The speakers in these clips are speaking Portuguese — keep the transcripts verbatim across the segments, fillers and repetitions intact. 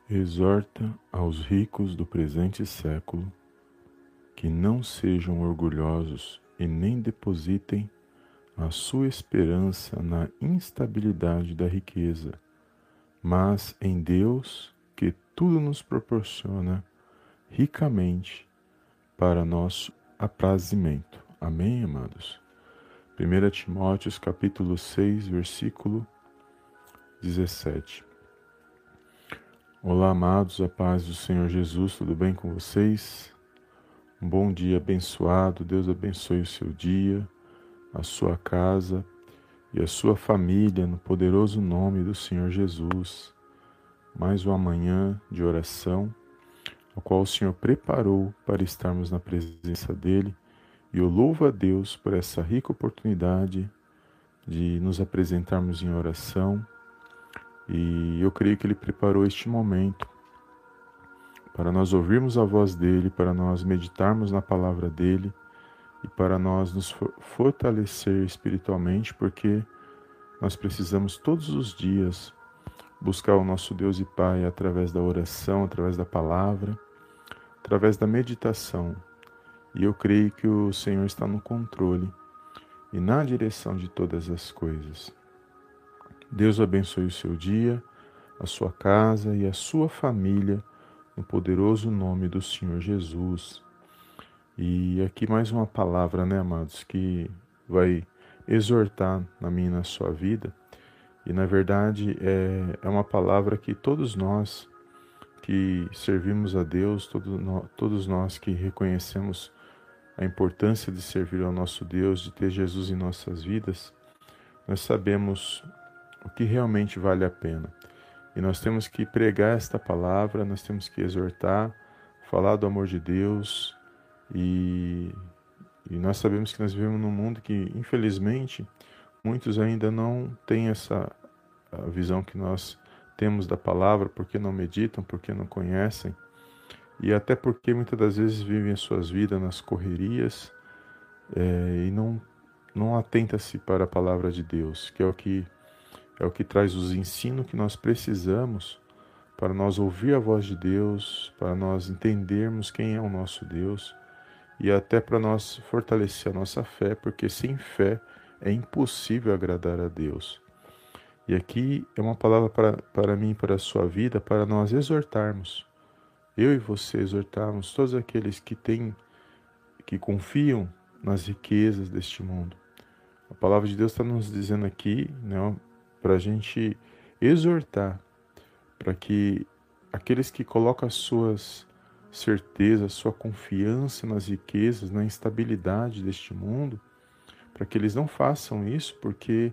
Exorta aos ricos do presente século que não sejam orgulhosos e nem depositem a sua esperança na instabilidade da riqueza, mas em Deus, que tudo nos proporciona ricamente para nosso aprazimento. Amém, amados? primeira Timóteo capítulo seis, versículo dezessete. Olá, amados, a paz do Senhor Jesus, tudo bem com vocês? Um bom dia abençoado, Deus abençoe o seu dia, a sua casa e a sua família, no poderoso nome do Senhor Jesus. Mais uma manhã de oração, a qual o Senhor preparou para estarmos na presença dEle, e eu louvo a Deus por essa rica oportunidade de nos apresentarmos em oração, e eu creio que Ele preparou este momento para nós ouvirmos a voz dEle, para nós meditarmos na palavra dEle e para nós nos fortalecer espiritualmente, porque nós precisamos todos os dias buscar o nosso Deus e Pai através da oração, através da palavra, através da meditação. E eu creio que o Senhor está no controle e na direção de todas as coisas. Deus abençoe o seu dia, a sua casa e a sua família, no poderoso nome do Senhor Jesus. E aqui mais uma palavra, né, amados, que vai exortar na minha e na sua vida. E na verdade é, é uma palavra que todos nós que servimos a Deus, todos nós, todos nós que reconhecemos a importância de servir ao nosso Deus, de ter Jesus em nossas vidas, nós sabemos o que realmente vale a pena. E nós temos que pregar esta palavra, nós temos que exortar, falar do amor de Deus, e, e nós sabemos que nós vivemos num mundo que, infelizmente, muitos ainda não têm essa a visão que nós temos da palavra, porque não meditam, porque não conhecem, e até porque muitas das vezes vivem as suas vidas nas correrias é, e não, não atenta-se para a palavra de Deus, que é o que, é o que traz os ensinos que nós precisamos para nós ouvir a voz de Deus, para nós entendermos quem é o nosso Deus e até para nós fortalecer a nossa fé, porque sem fé é impossível agradar a Deus. E aqui é uma palavra para, para mim e para a sua vida, para nós exortarmos. Eu e você exortarmos todos aqueles que têm, que confiam nas riquezas deste mundo. A palavra de Deus está nos dizendo aqui, né, para a gente exortar, para que aqueles que colocam as suas certezas, sua confiança nas riquezas, na instabilidade deste mundo, para que eles não façam isso, porque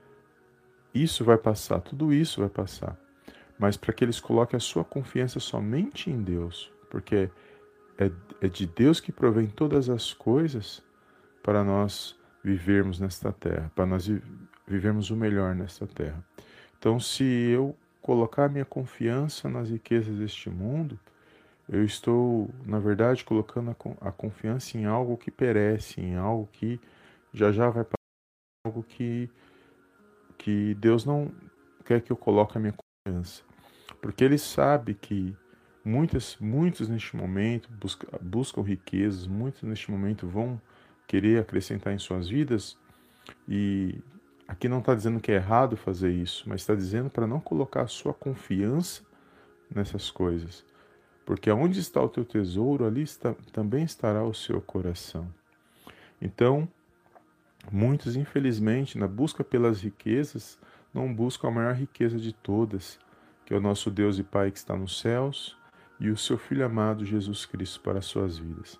isso vai passar, tudo isso vai passar. Mas para que eles coloquem a sua confiança somente em Deus, porque é, é de Deus que provém todas as coisas para nós vivermos nesta terra, para nós vivermos o melhor nesta terra. Então, se eu colocar minha confiança nas riquezas deste mundo, eu estou, na verdade, colocando a, a confiança em algo que perece, em algo que já já vai passar, algo que, que Deus não quer que eu coloque a minha confiança. Porque Ele sabe que muitas, muitos neste momento busca, buscam riquezas, muitos neste momento vão querer acrescentar em suas vidas, e aqui não está dizendo que é errado fazer isso, mas está dizendo para não colocar a sua confiança nessas coisas. Porque onde está o teu tesouro, ali está, também estará o seu coração. Então, muitos, infelizmente, na busca pelas riquezas, não buscam a maior riqueza de todas, que é o nosso Deus e Pai que está nos céus, e o seu Filho amado Jesus Cristo para as suas vidas.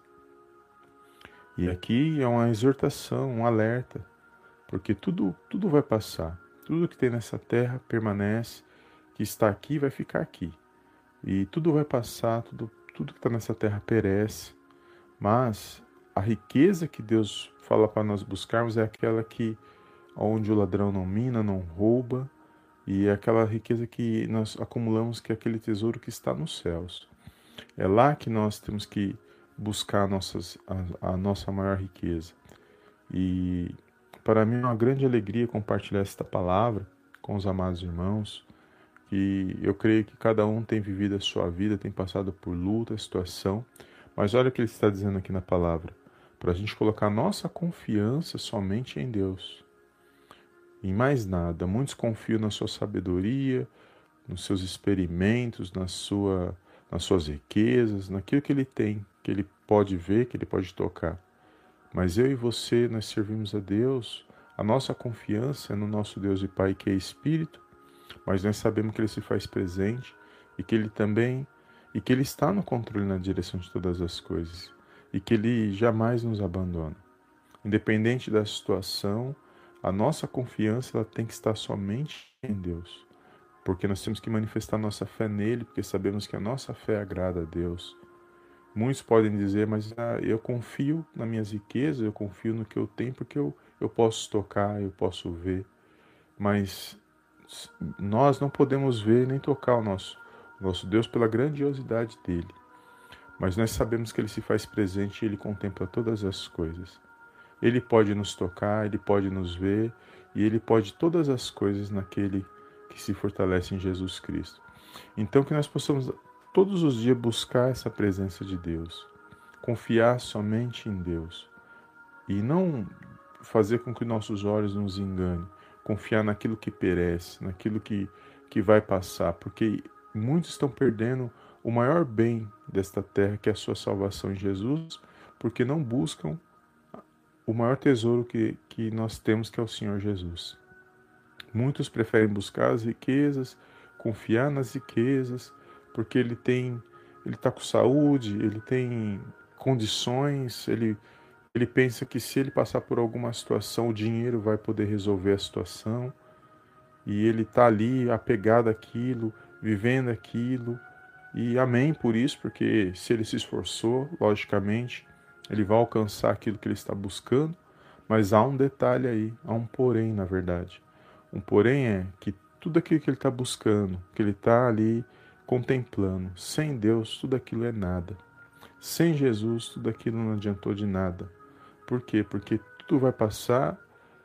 E aqui é uma exortação, um alerta, porque tudo, tudo vai passar, tudo que tem nessa terra permanece, que está aqui vai ficar aqui. E tudo vai passar, tudo, tudo que está nessa terra perece, mas a riqueza que Deus fala para nós buscarmos é aquela que, onde o ladrão não mina, não rouba, e é aquela riqueza que nós acumulamos, que é aquele tesouro que está nos céus. É lá que nós temos que buscar nossas, a, a nossa maior riqueza. E para mim é uma grande alegria compartilhar esta palavra com os amados irmãos, E eu creio que cada um tem vivido a sua vida, tem passado por luta, situação, mas olha o que ele está dizendo aqui na palavra, para a gente colocar nossa confiança somente em Deus, em mais nada. Muitos confiam na sua sabedoria, nos seus experimentos, na sua, nas suas riquezas, naquilo que ele tem, que ele pode ver, que ele pode tocar. Mas eu e você, nós servimos a Deus, a nossa confiança é no nosso Deus e Pai, que é Espírito, mas nós sabemos que Ele se faz presente e que Ele também, e que Ele está no controle, na direção de todas as coisas, e que Ele jamais nos abandona. Independente da situação, a nossa confiança ela tem que estar somente em Deus, porque nós temos que manifestar nossa fé nele, porque sabemos que a nossa fé agrada a Deus. Muitos podem dizer, mas ah, eu confio nas minhas riquezas, eu confio no que eu tenho, porque eu, eu posso tocar, eu posso ver. Mas nós não podemos ver nem tocar o nosso, o nosso Deus pela grandiosidade dele. Mas nós sabemos que ele se faz presente e ele contempla todas as coisas. Ele pode nos tocar, ele pode nos ver e ele pode todas as coisas naquele que se fortalece em Jesus Cristo. Então que nós possamos todos os dias buscar essa presença de Deus, confiar somente em Deus e não fazer com que nossos olhos nos enganem, confiar naquilo que perece, naquilo que, que vai passar, porque muitos estão perdendo o maior bem desta terra, que é a sua salvação em Jesus, porque não buscam o maior tesouro que, que nós temos, que é o Senhor Jesus. Muitos preferem buscar as riquezas, confiar nas riquezas, porque ele tem, ele está com saúde, ele tem condições, ele, ele pensa que se ele passar por alguma situação, o dinheiro vai poder resolver a situação, e ele está ali apegado àquilo, vivendo aquilo, e amém por isso, porque se ele se esforçou, logicamente, ele vai alcançar aquilo que ele está buscando, mas há um detalhe aí, há um porém, na verdade. Um porém é que tudo aquilo que ele está buscando, que ele está ali contemplando, sem Deus, tudo aquilo é nada. Sem Jesus, tudo aquilo não adiantou de nada. Por quê? Porque tudo vai passar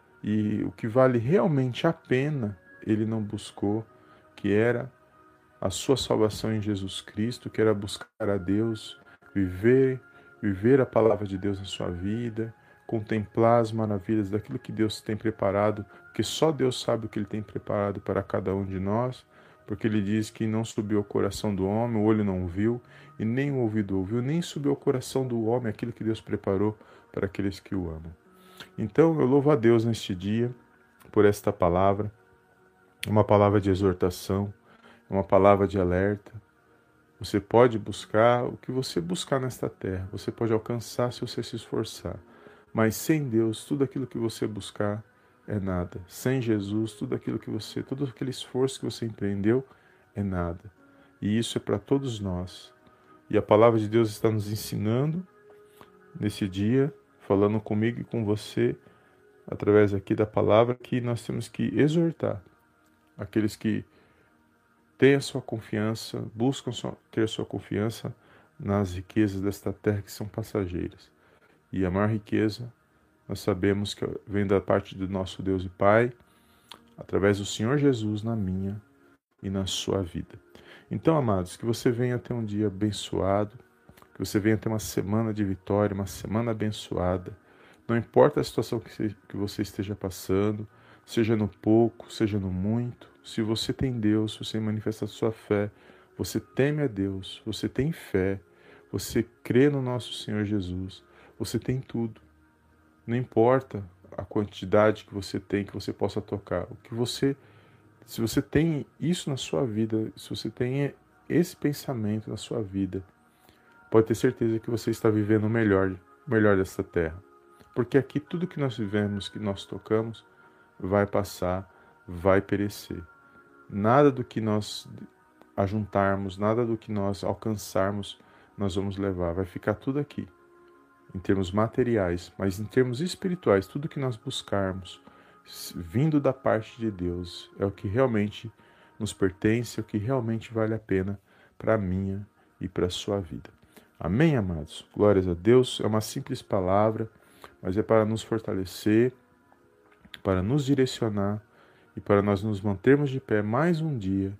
e o que vale realmente a pena, ele não buscou, que era a sua salvação em Jesus Cristo, que era buscar a Deus, viver, viver a palavra de Deus na sua vida, contemplar as maravilhas daquilo que Deus tem preparado, porque só Deus sabe o que Ele tem preparado para cada um de nós, porque Ele diz que não subiu ao coração do homem, o olho não viu, e nem o ouvido ouviu, nem subiu ao coração do homem aquilo que Deus preparou para aqueles que o amam. Então eu louvo a Deus neste dia por esta palavra, uma palavra de exortação, uma palavra de alerta. Você pode buscar o que você buscar nesta terra, você pode alcançar se você se esforçar, mas sem Deus, tudo aquilo que você buscar é nada. Sem Jesus, tudo aquilo que você, todo aquele esforço que você empreendeu é nada. E isso é para todos nós. E a palavra de Deus está nos ensinando nesse dia, falando comigo e com você, através aqui da palavra, que nós temos que exortar aqueles que têm a sua confiança, buscam ter a sua confiança nas riquezas desta terra que são passageiras. E a maior riqueza, nós sabemos que vem da parte do nosso Deus e Pai, através do Senhor Jesus na minha e na sua vida. Então, amados, que você venha ter um dia abençoado, que você venha ter uma semana de vitória, uma semana abençoada. Não importa a situação que você esteja passando, seja no pouco, seja no muito, se você tem Deus, se você manifesta a sua fé, você teme a Deus, você tem fé, você crê no nosso Senhor Jesus, você tem tudo. Não importa a quantidade que você tem, que você possa tocar. O que você, se você tem isso na sua vida, se você tem esse pensamento na sua vida, pode ter certeza que você está vivendo o melhor, o melhor dessa terra. Porque aqui tudo que nós vivemos, que nós tocamos, vai passar, vai perecer. Nada do que nós ajuntarmos, nada do que nós alcançarmos, nós vamos levar. Vai ficar tudo aqui, em termos materiais, mas em termos espirituais, tudo que nós buscarmos, vindo da parte de Deus, é o que realmente nos pertence, é o que realmente vale a pena para a minha e para a sua vida. Amém, amados? Glórias a Deus. É uma simples palavra, mas é para nos fortalecer, para nos direcionar e para nós nos mantermos de pé mais um dia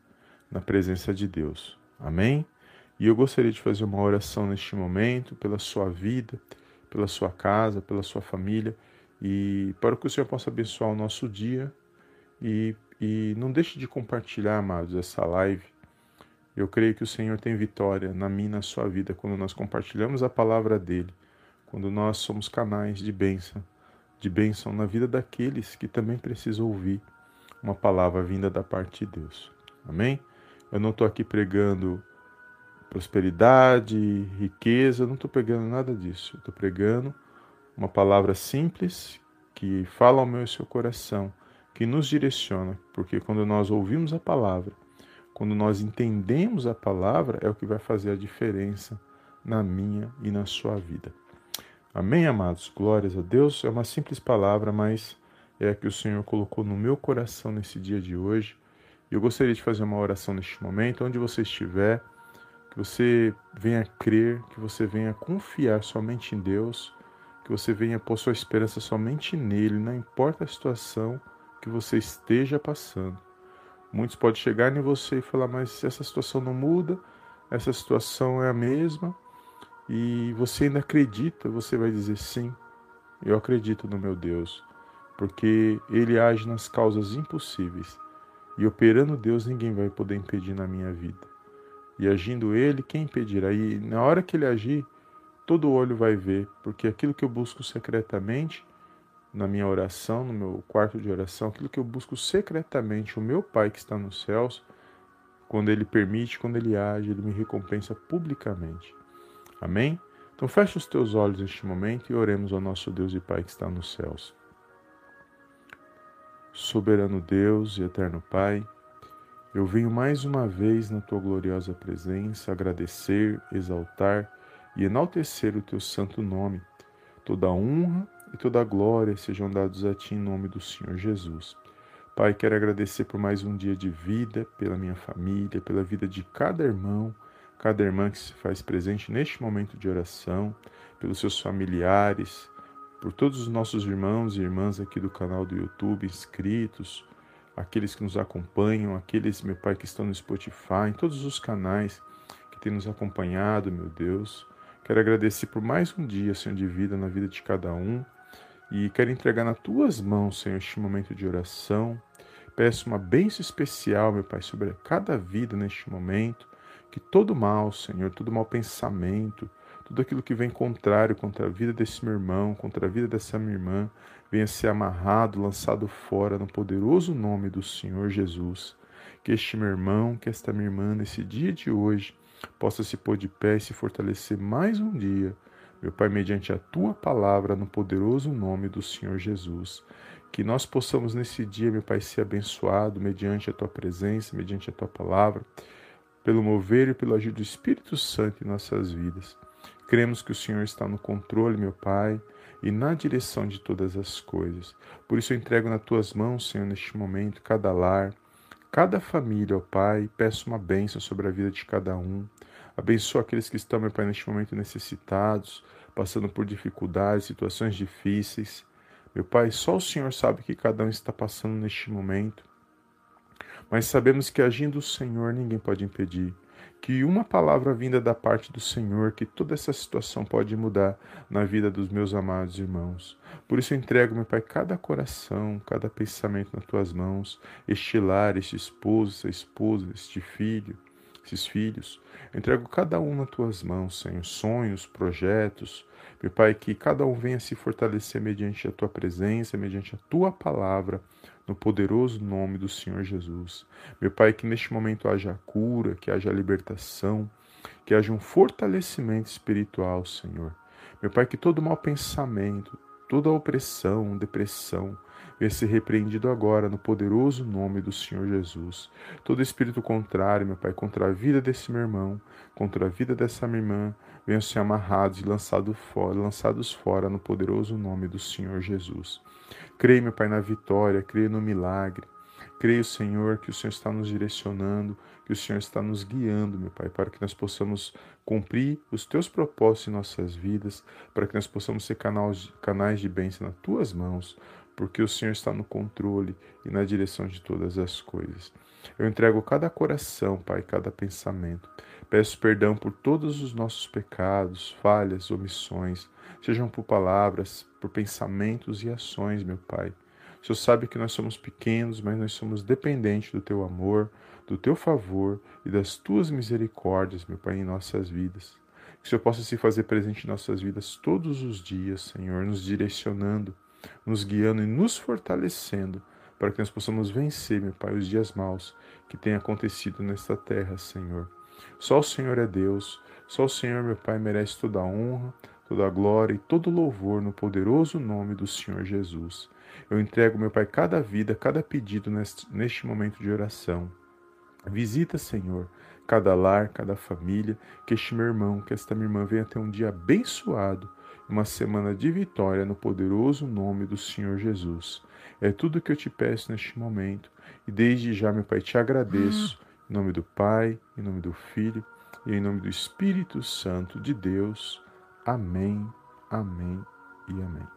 na presença de Deus. Amém? E eu gostaria de fazer uma oração neste momento pela sua vida, pela sua casa, pela sua família, e para que o Senhor possa abençoar o nosso dia. E, e não deixe de compartilhar, amados, essa live. Eu creio que o Senhor tem vitória na minha e na sua vida quando nós compartilhamos a palavra dEle, quando nós somos canais de bênção, de bênção na vida daqueles que também precisam ouvir uma palavra vinda da parte de Deus. Amém? Eu não estou aqui pregando prosperidade, riqueza, eu não estou pregando nada disso. Eu estou pregando uma palavra simples que fala ao meu e seu coração, que nos direciona, porque quando nós ouvimos a palavra, quando nós entendemos a palavra, é o que vai fazer a diferença na minha e na sua vida. Amém, amados? Glórias a Deus. É uma simples palavra, mas é a que o Senhor colocou no meu coração nesse dia de hoje. E eu gostaria de fazer uma oração neste momento, onde você estiver, que você venha crer, que você venha confiar somente em Deus, que você venha pôr sua esperança somente nele, não importa a situação que você esteja passando. Muitos podem chegar em você e falar, mas essa situação não muda, essa situação é a mesma, e você ainda acredita, você vai dizer sim, eu acredito no meu Deus, porque Ele age nas causas impossíveis, e operando Deus ninguém vai poder impedir na minha vida. E agindo Ele, quem impedirá? E na hora que Ele agir, todo olho vai ver, porque aquilo que eu busco secretamente, na minha oração, no meu quarto de oração, aquilo que eu busco secretamente, o meu Pai que está nos céus, quando Ele permite, quando Ele age, Ele me recompensa publicamente. Amém? Então feche os teus olhos neste momento e oremos ao nosso Deus e Pai que está nos céus. Soberano Deus e eterno Pai, eu venho mais uma vez na Tua gloriosa presença agradecer, exaltar e enaltecer o Teu santo nome. Toda a honra e toda a glória sejam dados a Ti em nome do Senhor Jesus. Pai, quero agradecer por mais um dia de vida, pela minha família, pela vida de cada irmão, cada irmã que se faz presente neste momento de oração, pelos seus familiares, por todos os nossos irmãos e irmãs aqui do canal do YouTube, inscritos, aqueles que nos acompanham, aqueles, meu Pai, que estão no Spotify, em todos os canais que têm nos acompanhado, meu Deus. Quero agradecer por mais um dia, Senhor, de vida na vida de cada um. E quero entregar nas Tuas mãos, Senhor, este momento de oração. Peço uma bênção especial, meu Pai, sobre cada vida neste momento. Que todo mal, Senhor, todo mau pensamento, tudo aquilo que vem contrário contra a vida desse meu irmão, contra a vida dessa minha irmã, venha ser amarrado, lançado fora no poderoso nome do Senhor Jesus. Que este meu irmão, que esta minha irmã, nesse dia de hoje, possa se pôr de pé e se fortalecer mais um dia, meu Pai, mediante a Tua palavra, no poderoso nome do Senhor Jesus. Que nós possamos nesse dia, meu Pai, ser abençoado mediante a Tua presença, mediante a Tua palavra, pelo mover e pelo agir do Espírito Santo em nossas vidas. Cremos que o Senhor está no controle, meu Pai, e na direção de todas as coisas. Por isso eu entrego nas Tuas mãos, Senhor, neste momento, cada lar, cada família, ó Pai, peço uma bênção sobre a vida de cada um. Abençoa aqueles que estão, meu Pai, neste momento necessitados, passando por dificuldades, situações difíceis. Meu Pai, só o Senhor sabe o que cada um está passando neste momento. Mas sabemos que agindo o Senhor ninguém pode impedir. Que uma palavra vinda da parte do Senhor, que toda essa situação pode mudar na vida dos meus amados irmãos. Por isso eu entrego, meu Pai, cada coração, cada pensamento nas Tuas mãos, este lar, este esposo, essa esposa, este filho, esses filhos. Eu entrego cada um nas Tuas mãos, Senhor, sonhos, projetos. Meu Pai, que cada um venha se fortalecer mediante a Tua presença, mediante a Tua palavra, no poderoso nome do Senhor Jesus. Meu Pai, que neste momento haja cura, que haja libertação, que haja um fortalecimento espiritual, Senhor. Meu Pai, que todo mau pensamento, toda opressão, depressão, venha ser repreendido agora no poderoso nome do Senhor Jesus. Todo espírito contrário, meu Pai, contra a vida desse meu irmão, contra a vida dessa minha irmã, venham ser amarrados e lançados fora, lançados fora no poderoso nome do Senhor Jesus. Creio, meu Pai, na vitória, creio no milagre. Creio, Senhor, que o Senhor está nos direcionando, que o Senhor está nos guiando, meu Pai, para que nós possamos cumprir os Teus propósitos em nossas vidas, para que nós possamos ser canais, canais de bênção nas Tuas mãos, porque o Senhor está no controle e na direção de todas as coisas. Eu entrego cada coração, Pai, cada pensamento. Peço perdão por todos os nossos pecados, falhas, omissões, sejam por palavras, por pensamentos e ações, meu Pai. O Senhor sabe que nós somos pequenos, mas nós somos dependentes do Teu amor, do Teu favor e das Tuas misericórdias, meu Pai, em nossas vidas. Que o Senhor possa se fazer presente em nossas vidas todos os dias, Senhor, nos direcionando, nos guiando e nos fortalecendo, para que nós possamos vencer, meu Pai, os dias maus que têm acontecido nesta terra, Senhor. Só o Senhor é Deus, só o Senhor, meu Pai, merece toda a honra, toda a glória e todo o louvor no poderoso nome do Senhor Jesus. Eu entrego, meu Pai, cada vida, cada pedido neste, neste momento de oração. Visita, Senhor, cada lar, cada família, que este meu irmão, que esta minha irmã venha ter um dia abençoado, uma semana de vitória no poderoso nome do Senhor Jesus. É tudo que eu te peço neste momento e desde já, meu Pai, te agradeço. Em nome do Pai, em nome do Filho e em nome do Espírito Santo de Deus. Amém, amém e amém.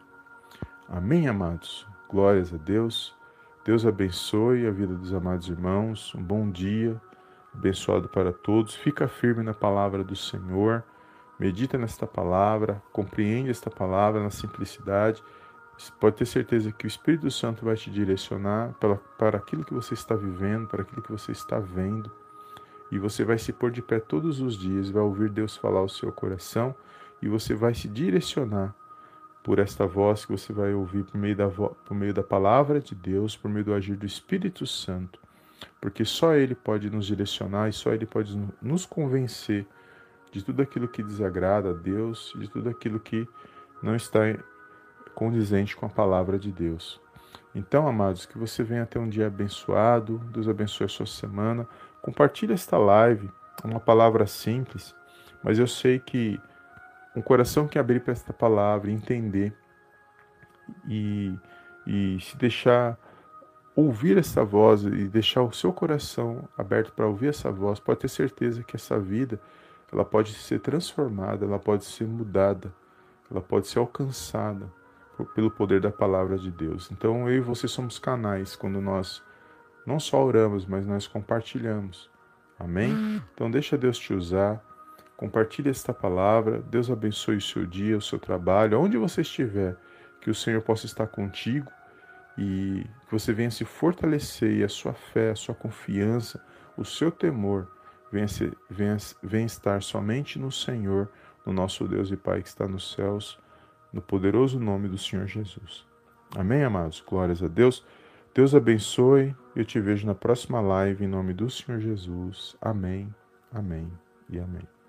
Amém, amados. Glórias a Deus. Deus abençoe a vida dos amados irmãos. Um bom dia, abençoado para todos. Fica firme na palavra do Senhor. Medita nesta palavra, compreende esta palavra na simplicidade. Pode ter certeza que o Espírito Santo vai te direcionar para, para aquilo que você está vivendo, para aquilo que você está vendo. E você vai se pôr de pé todos os dias, vai ouvir Deus falar ao seu coração e você vai se direcionar por esta voz que você vai ouvir por meio da, vo- por meio da palavra de Deus, por meio do agir do Espírito Santo. Porque só Ele pode nos direcionar e só Ele pode nos convencer de tudo aquilo que desagrada a Deus, de tudo aquilo que não está condizente com a palavra de Deus. Então, amados, que você venha ter um dia abençoado, Deus abençoe a sua semana. Compartilhe esta live, uma palavra simples, mas eu sei que um coração que abrir para esta palavra, entender e, e se deixar ouvir essa voz e deixar o seu coração aberto para ouvir essa voz, pode ter certeza que essa vida ela pode ser transformada, ela pode ser mudada, ela pode ser alcançada pelo poder da palavra de Deus. Então eu e você somos canais quando nós não só oramos, mas nós compartilhamos. Amém? Então deixa Deus te usar, compartilhe esta palavra, Deus abençoe o seu dia, o seu trabalho, onde você estiver, que o Senhor possa estar contigo e que você venha se fortalecer e a sua fé, a sua confiança, o seu temor venha, ser, venha, venha estar somente no Senhor, no nosso Deus e Pai que está nos céus, no poderoso nome do Senhor Jesus. Amém, amados? Glórias a Deus. Deus abençoe. Eu te vejo na próxima live em nome do Senhor Jesus. Amém, amém e amém.